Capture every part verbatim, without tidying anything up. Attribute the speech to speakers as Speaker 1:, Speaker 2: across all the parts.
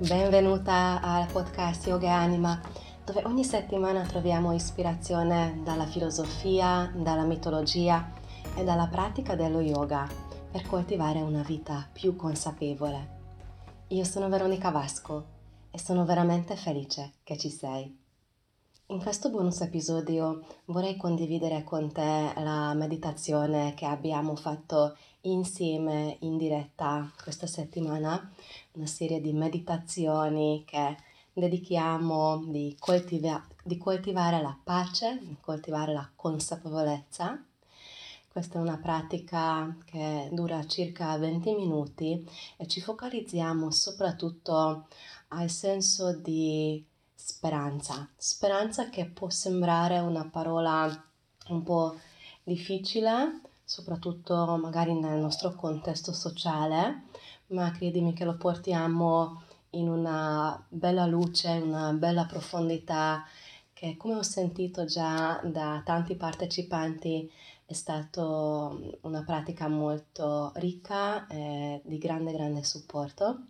Speaker 1: Benvenuta al podcast Yoga e Anima, dove ogni settimana troviamo ispirazione dalla filosofia, dalla mitologia e dalla pratica dello yoga per coltivare una vita più consapevole. Io sono Veronica Vasco e sono veramente felice che ci sei. In questo bonus episodio vorrei condividere con te la meditazione che abbiamo fatto insieme in diretta questa settimana, una serie di meditazioni che dedichiamo di, coltiva- di coltivare la pace, di coltivare la consapevolezza. Questa è una pratica che dura circa venti minuti e ci focalizziamo soprattutto al senso di speranza. Speranza che può sembrare una parola un po' difficile, soprattutto magari nel nostro contesto sociale, ma credimi che lo portiamo in una bella luce, in una bella profondità che, come ho sentito già da tanti partecipanti, è stata una pratica molto ricca e di grande grande supporto.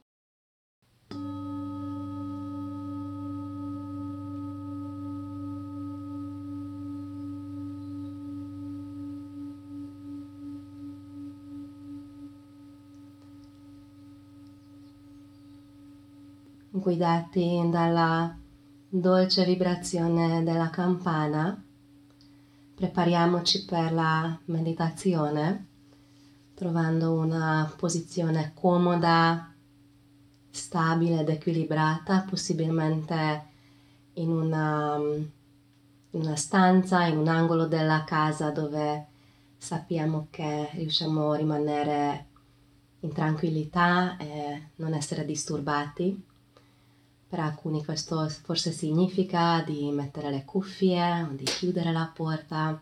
Speaker 1: Guidati dalla dolce vibrazione della campana, prepariamoci per la meditazione, trovando una posizione comoda, stabile ed equilibrata, possibilmente in una, in una stanza, in un angolo della casa dove sappiamo che riusciamo a rimanere in tranquillità e non essere disturbati. Per alcuni questo forse significa di mettere le cuffie o di chiudere la porta.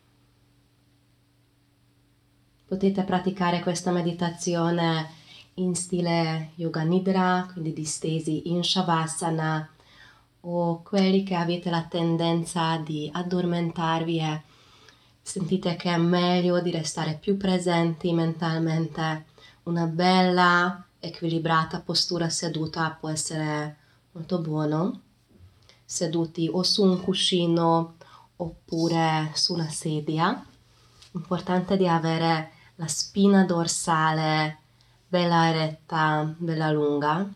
Speaker 1: Potete praticare questa meditazione in stile Yoga Nidra, quindi distesi in Shavasana, o quelli che avete la tendenza di addormentarvi e sentite che è meglio di restare più presenti mentalmente. Una bella, equilibrata postura seduta può essere molto buono, seduti o su un cuscino oppure su una sedia. Importante di avere la spina dorsale bella eretta, bella lunga.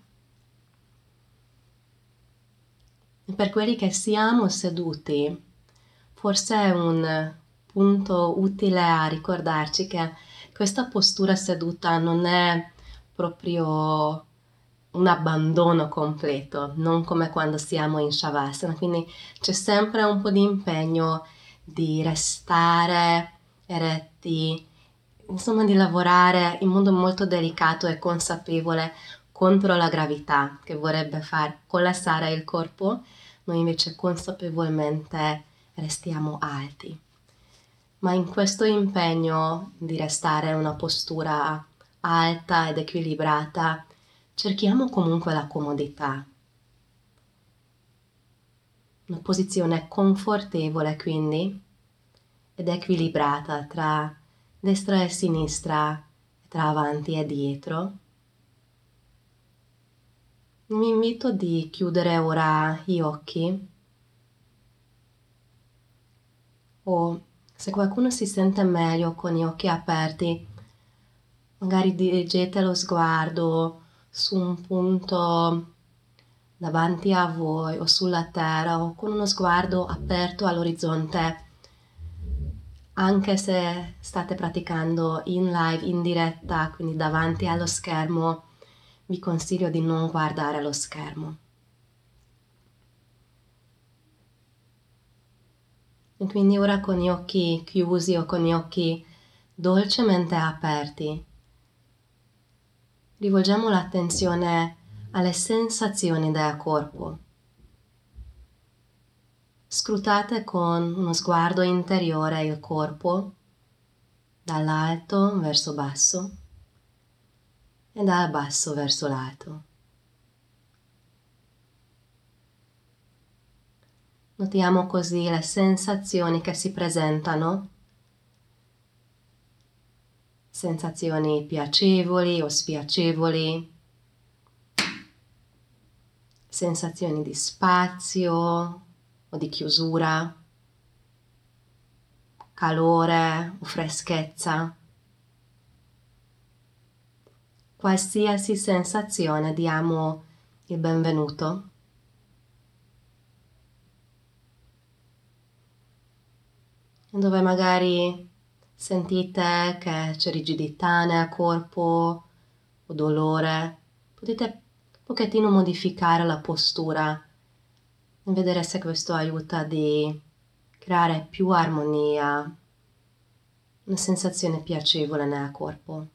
Speaker 1: E per quelli che siamo seduti, forse è un punto utile a ricordarci che questa postura seduta non è proprio un abbandono completo, non come quando siamo in Shavasana, quindi c'è sempre un po' di impegno di restare eretti, insomma di lavorare in modo molto delicato e consapevole contro la gravità che vorrebbe far collassare il corpo. Noi invece consapevolmente restiamo alti. Ma in questo impegno di restare in una postura alta ed equilibrata, cerchiamo comunque la comodità. Una posizione confortevole quindi ed equilibrata tra destra e sinistra, tra avanti e dietro. Vi invito di chiudere ora gli occhi o se qualcuno si sente meglio con gli occhi aperti, magari dirigete lo sguardo su un punto davanti a voi o sulla terra o con uno sguardo aperto all'orizzonte. Anche se state praticando in live, in diretta, quindi davanti allo schermo, vi consiglio di non guardare lo schermo. E quindi ora con gli occhi chiusi o con gli occhi dolcemente aperti, rivolgiamo l'attenzione alle sensazioni del corpo. Scrutate con uno sguardo interiore il corpo, dall'alto verso basso e dal basso verso l'alto. Notiamo così le sensazioni che si presentano, sensazioni piacevoli o spiacevoli, sensazioni di spazio o di chiusura, calore o freschezza. Qualsiasi sensazione diamo il benvenuto. Dove magari sentite che c'è rigidità nel corpo o dolore, potete un pochettino modificare la postura e vedere se questo aiuta di creare più armonia, una sensazione piacevole nel corpo.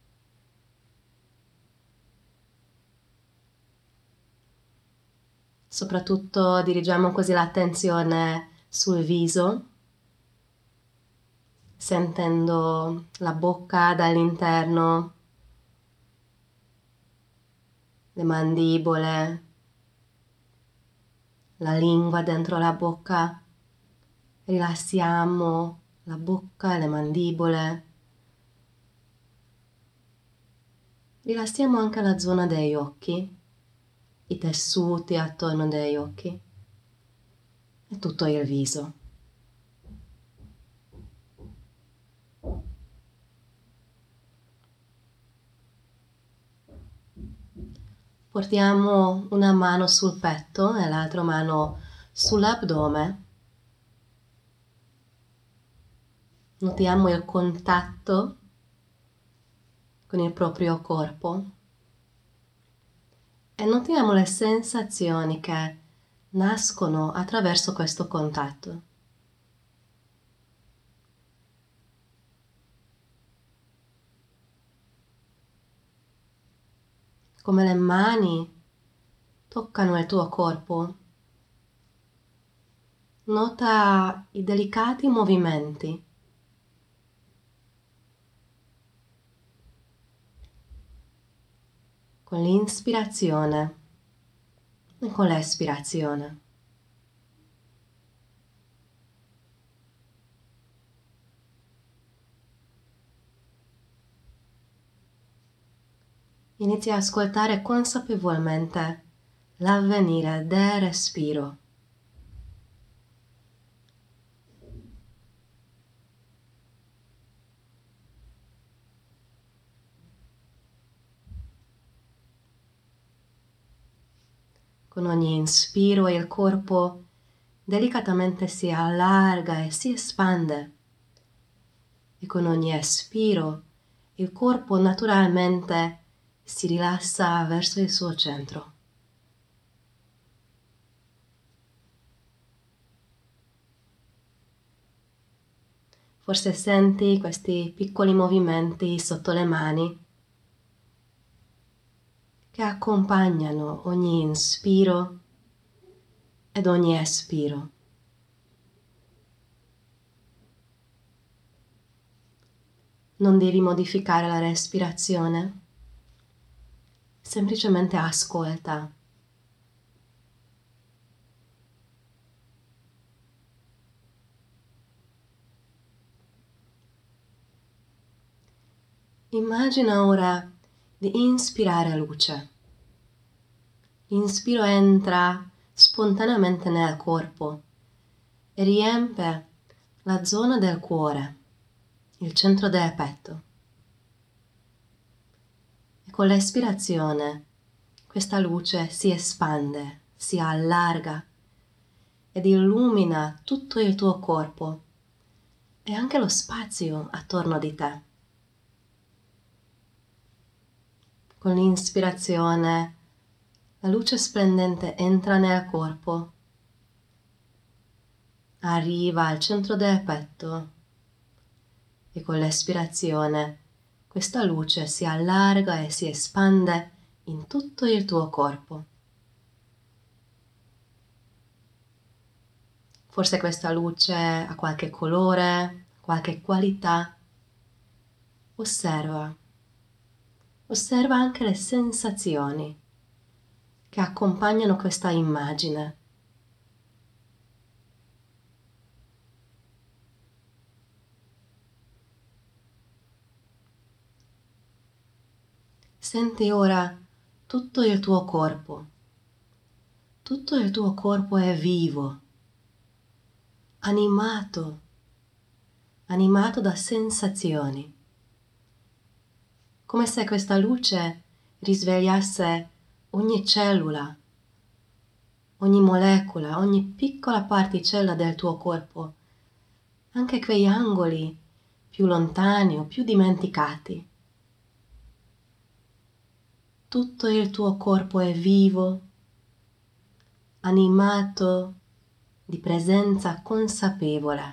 Speaker 1: Soprattutto dirigiamo così l'attenzione sul viso, sentendo la bocca dall'interno, le mandibole, la lingua dentro la bocca. Rilassiamo la bocca e le mandibole. Rilassiamo anche la zona degli occhi, i tessuti attorno degli occhi e tutto il viso. Portiamo una mano sul petto e l'altra mano sull'addome. Notiamo il contatto con il proprio corpo e notiamo le sensazioni che nascono attraverso questo contatto. Come le mani toccano il tuo corpo. Nota i delicati movimenti. Con l'inspirazione e con l'espirazione. Inizia a ascoltare consapevolmente l'avvenire del respiro. Con ogni inspiro il corpo delicatamente si allarga e si espande e con ogni espiro il corpo naturalmente si rilassa verso il suo centro. Forse senti questi piccoli movimenti sotto le mani che accompagnano ogni inspiro ed ogni espiro. Non devi modificare la respirazione, semplicemente ascolta. Immagina ora di inspirare luce. L'inspiro entra spontaneamente nel corpo e riempie la zona del cuore, il centro del petto. E con l'espirazione questa luce si espande, si allarga ed illumina tutto il tuo corpo e anche lo spazio attorno di te. Con l'inspirazione la luce splendente entra nel corpo, arriva al centro del petto e con l'espirazione questa luce si allarga e si espande in tutto il tuo corpo. Forse questa luce ha qualche colore, qualche qualità. Osserva. Osserva anche le sensazioni che accompagnano questa immagine. Senti ora tutto il tuo corpo, Tutto il tuo corpo è vivo, animato, animato da sensazioni, come se questa luce risvegliasse ogni cellula, ogni molecola, ogni piccola particella del tuo corpo, anche quegli angoli più lontani o più dimenticati. Tutto il tuo corpo è vivo, animato di presenza consapevole.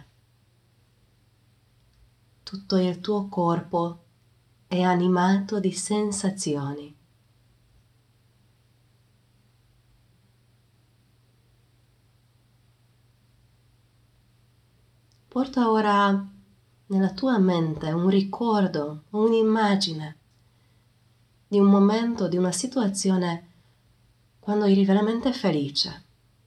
Speaker 1: Tutto il tuo corpo è animato di sensazioni. Porta ora nella tua mente un ricordo o un'immagine di un momento, di una situazione quando eri veramente felice.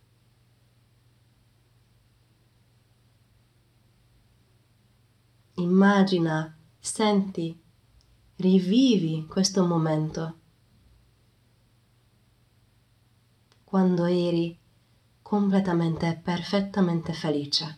Speaker 1: Immagina, senti, rivivi questo momento quando eri completamente, perfettamente felice.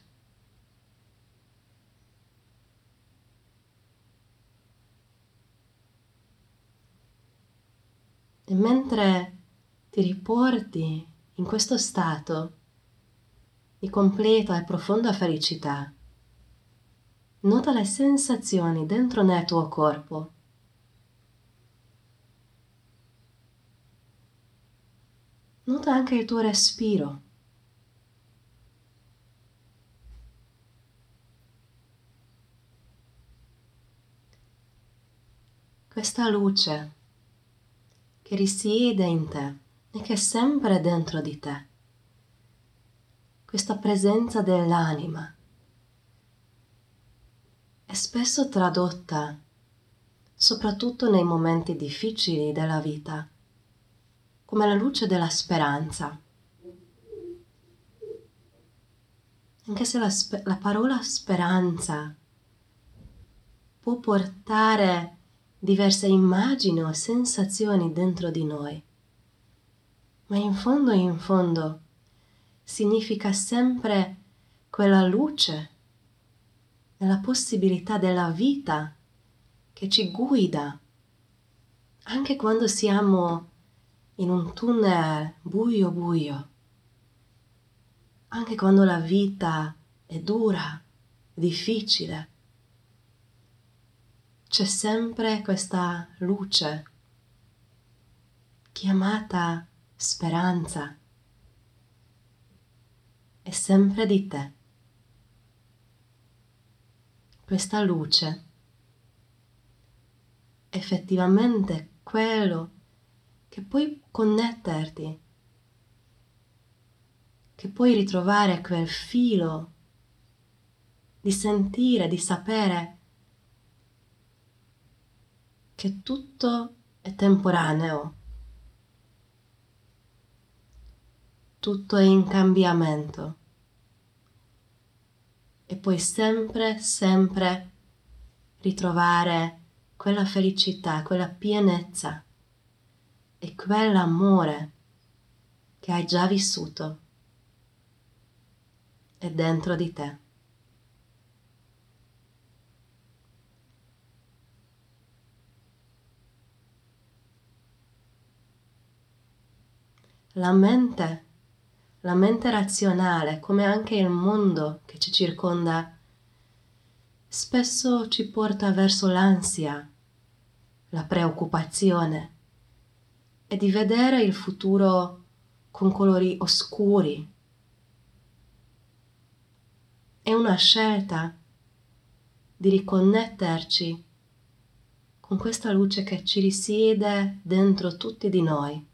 Speaker 1: E mentre ti riporti in questo stato di completa e profonda felicità, nota le sensazioni dentro nel tuo corpo. Nota anche il tuo respiro. Questa luce che risiede in te e che è sempre dentro di te. Questa presenza dell'anima è spesso tradotta, soprattutto nei momenti difficili della vita, come la luce della speranza. Anche se la, spe- la parola speranza può portare diverse immagini o sensazioni dentro di noi, ma in fondo in fondo significa sempre quella luce nella possibilità della vita che ci guida, anche quando siamo in un tunnel buio buio, anche quando la vita è dura, difficile. C'è sempre questa luce chiamata speranza. È sempre di te. Questa luce è effettivamente quello che puoi connetterti, che puoi ritrovare quel filo di sentire, di sapere che tutto è temporaneo, tutto è in cambiamento e puoi sempre, sempre ritrovare quella felicità, quella pienezza e quell'amore che hai già vissuto è dentro di te. La mente, la mente razionale, come anche il mondo che ci circonda, spesso ci porta verso l'ansia, la preoccupazione e di vedere il futuro con colori oscuri. È una scelta di riconnetterci con questa luce che ci risiede dentro tutti di noi,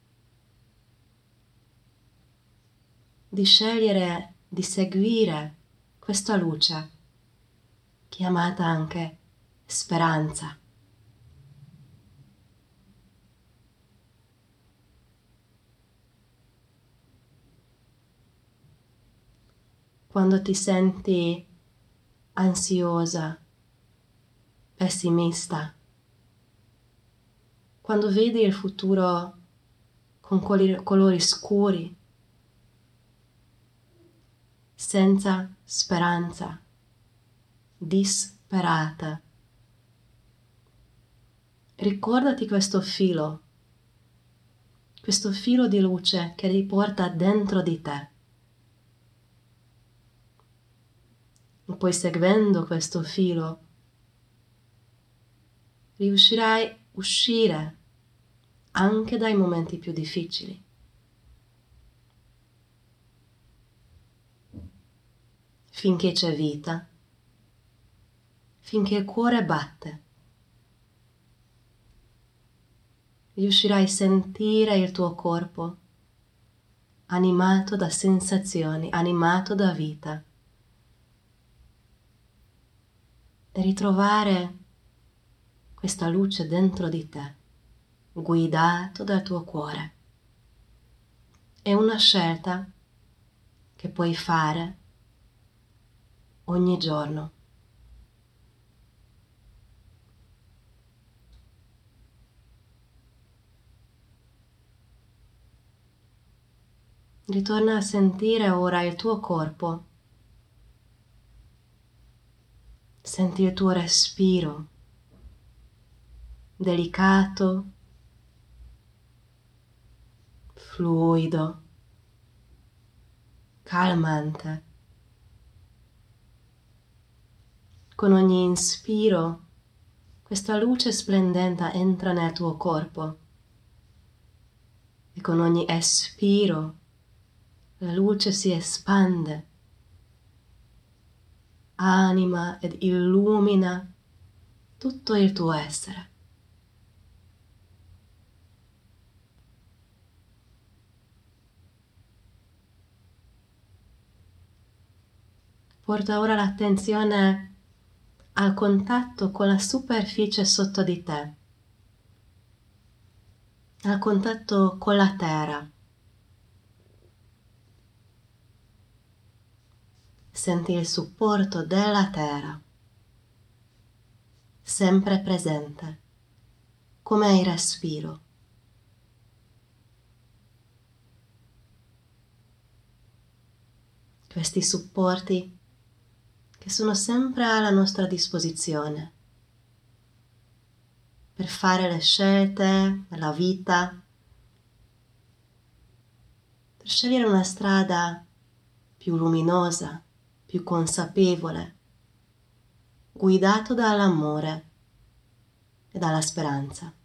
Speaker 1: di scegliere di seguire questa luce, chiamata anche speranza. Quando ti senti ansiosa, pessimista, quando vedi il futuro con colori, colori scuri, senza speranza, disperata. Ricordati questo filo, questo filo di luce che riporta dentro di te. E poi seguendo questo filo riuscirai a uscire anche dai momenti più difficili. Finché c'è vita, finché il cuore batte, riuscirai a sentire il tuo corpo animato da sensazioni, animato da vita, e ritrovare questa luce dentro di te, guidato dal tuo cuore. È una scelta che puoi fare ogni giorno. Ritorna a sentire ora il tuo corpo. Senti il tuo respiro delicato, fluido, calmante. Con ogni inspiro, questa luce splendente entra nel tuo corpo e con ogni espiro la luce si espande, anima ed illumina tutto il tuo essere. Porta ora l'attenzione al contatto con la superficie sotto di te, al contatto con la terra. Senti il supporto della terra, sempre presente, come il respiro. Questi supporti che sono sempre alla nostra disposizione per fare le scelte nella vita, per scegliere una strada più luminosa, più consapevole, guidato dall'amore e dalla speranza.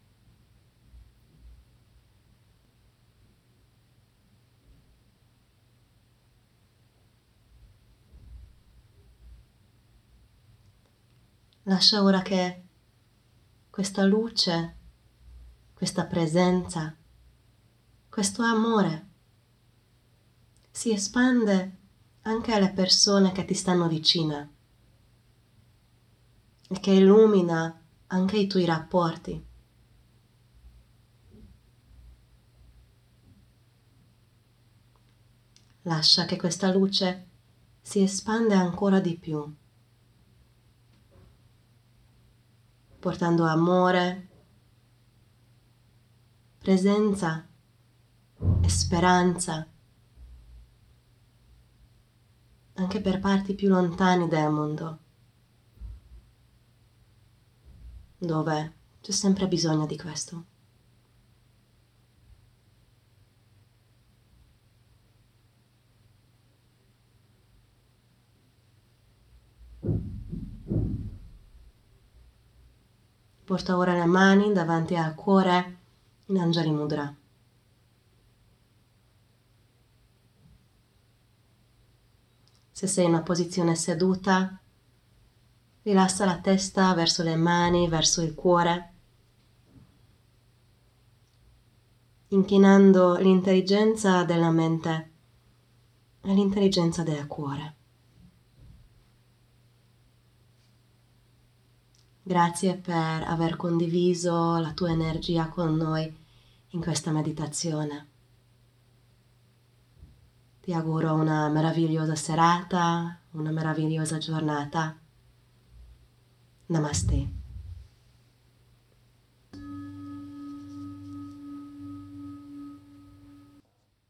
Speaker 1: Lascia ora che questa luce, questa presenza, questo amore si espande anche alle persone che ti stanno vicine e che illumina anche i tuoi rapporti. Lascia che questa luce si espande ancora di più, portando amore, presenza e speranza anche per parti più lontane del mondo, dove c'è sempre bisogno di questo. Porta ora le mani davanti al cuore in Anjali Mudra. Se sei in una posizione seduta, rilassa la testa verso le mani, verso il cuore, inchinando l'intelligenza della mente all'intelligenza del cuore. Grazie per aver condiviso la tua energia con noi in questa meditazione. Ti auguro una meravigliosa serata, una meravigliosa giornata. Namaste.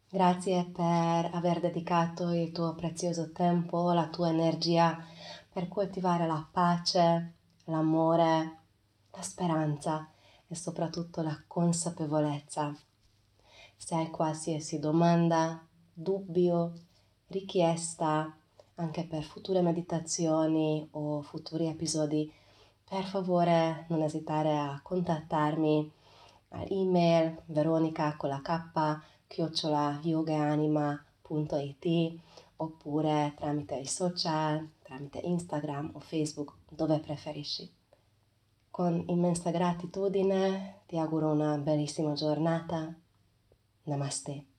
Speaker 1: Grazie per aver dedicato il tuo prezioso tempo, la tua energia per coltivare la pace, l'amore, la speranza e soprattutto la consapevolezza. Se hai qualsiasi domanda, dubbio, richiesta, anche per future meditazioni o futuri episodi, per favore non esitare a contattarmi all'email veronica con la k chiocciola yogaanima punto it oppure tramite i social, tramite Instagram o Facebook, dove preferisci. Con immensa gratitudine ti auguro una bellissima giornata. Namaste.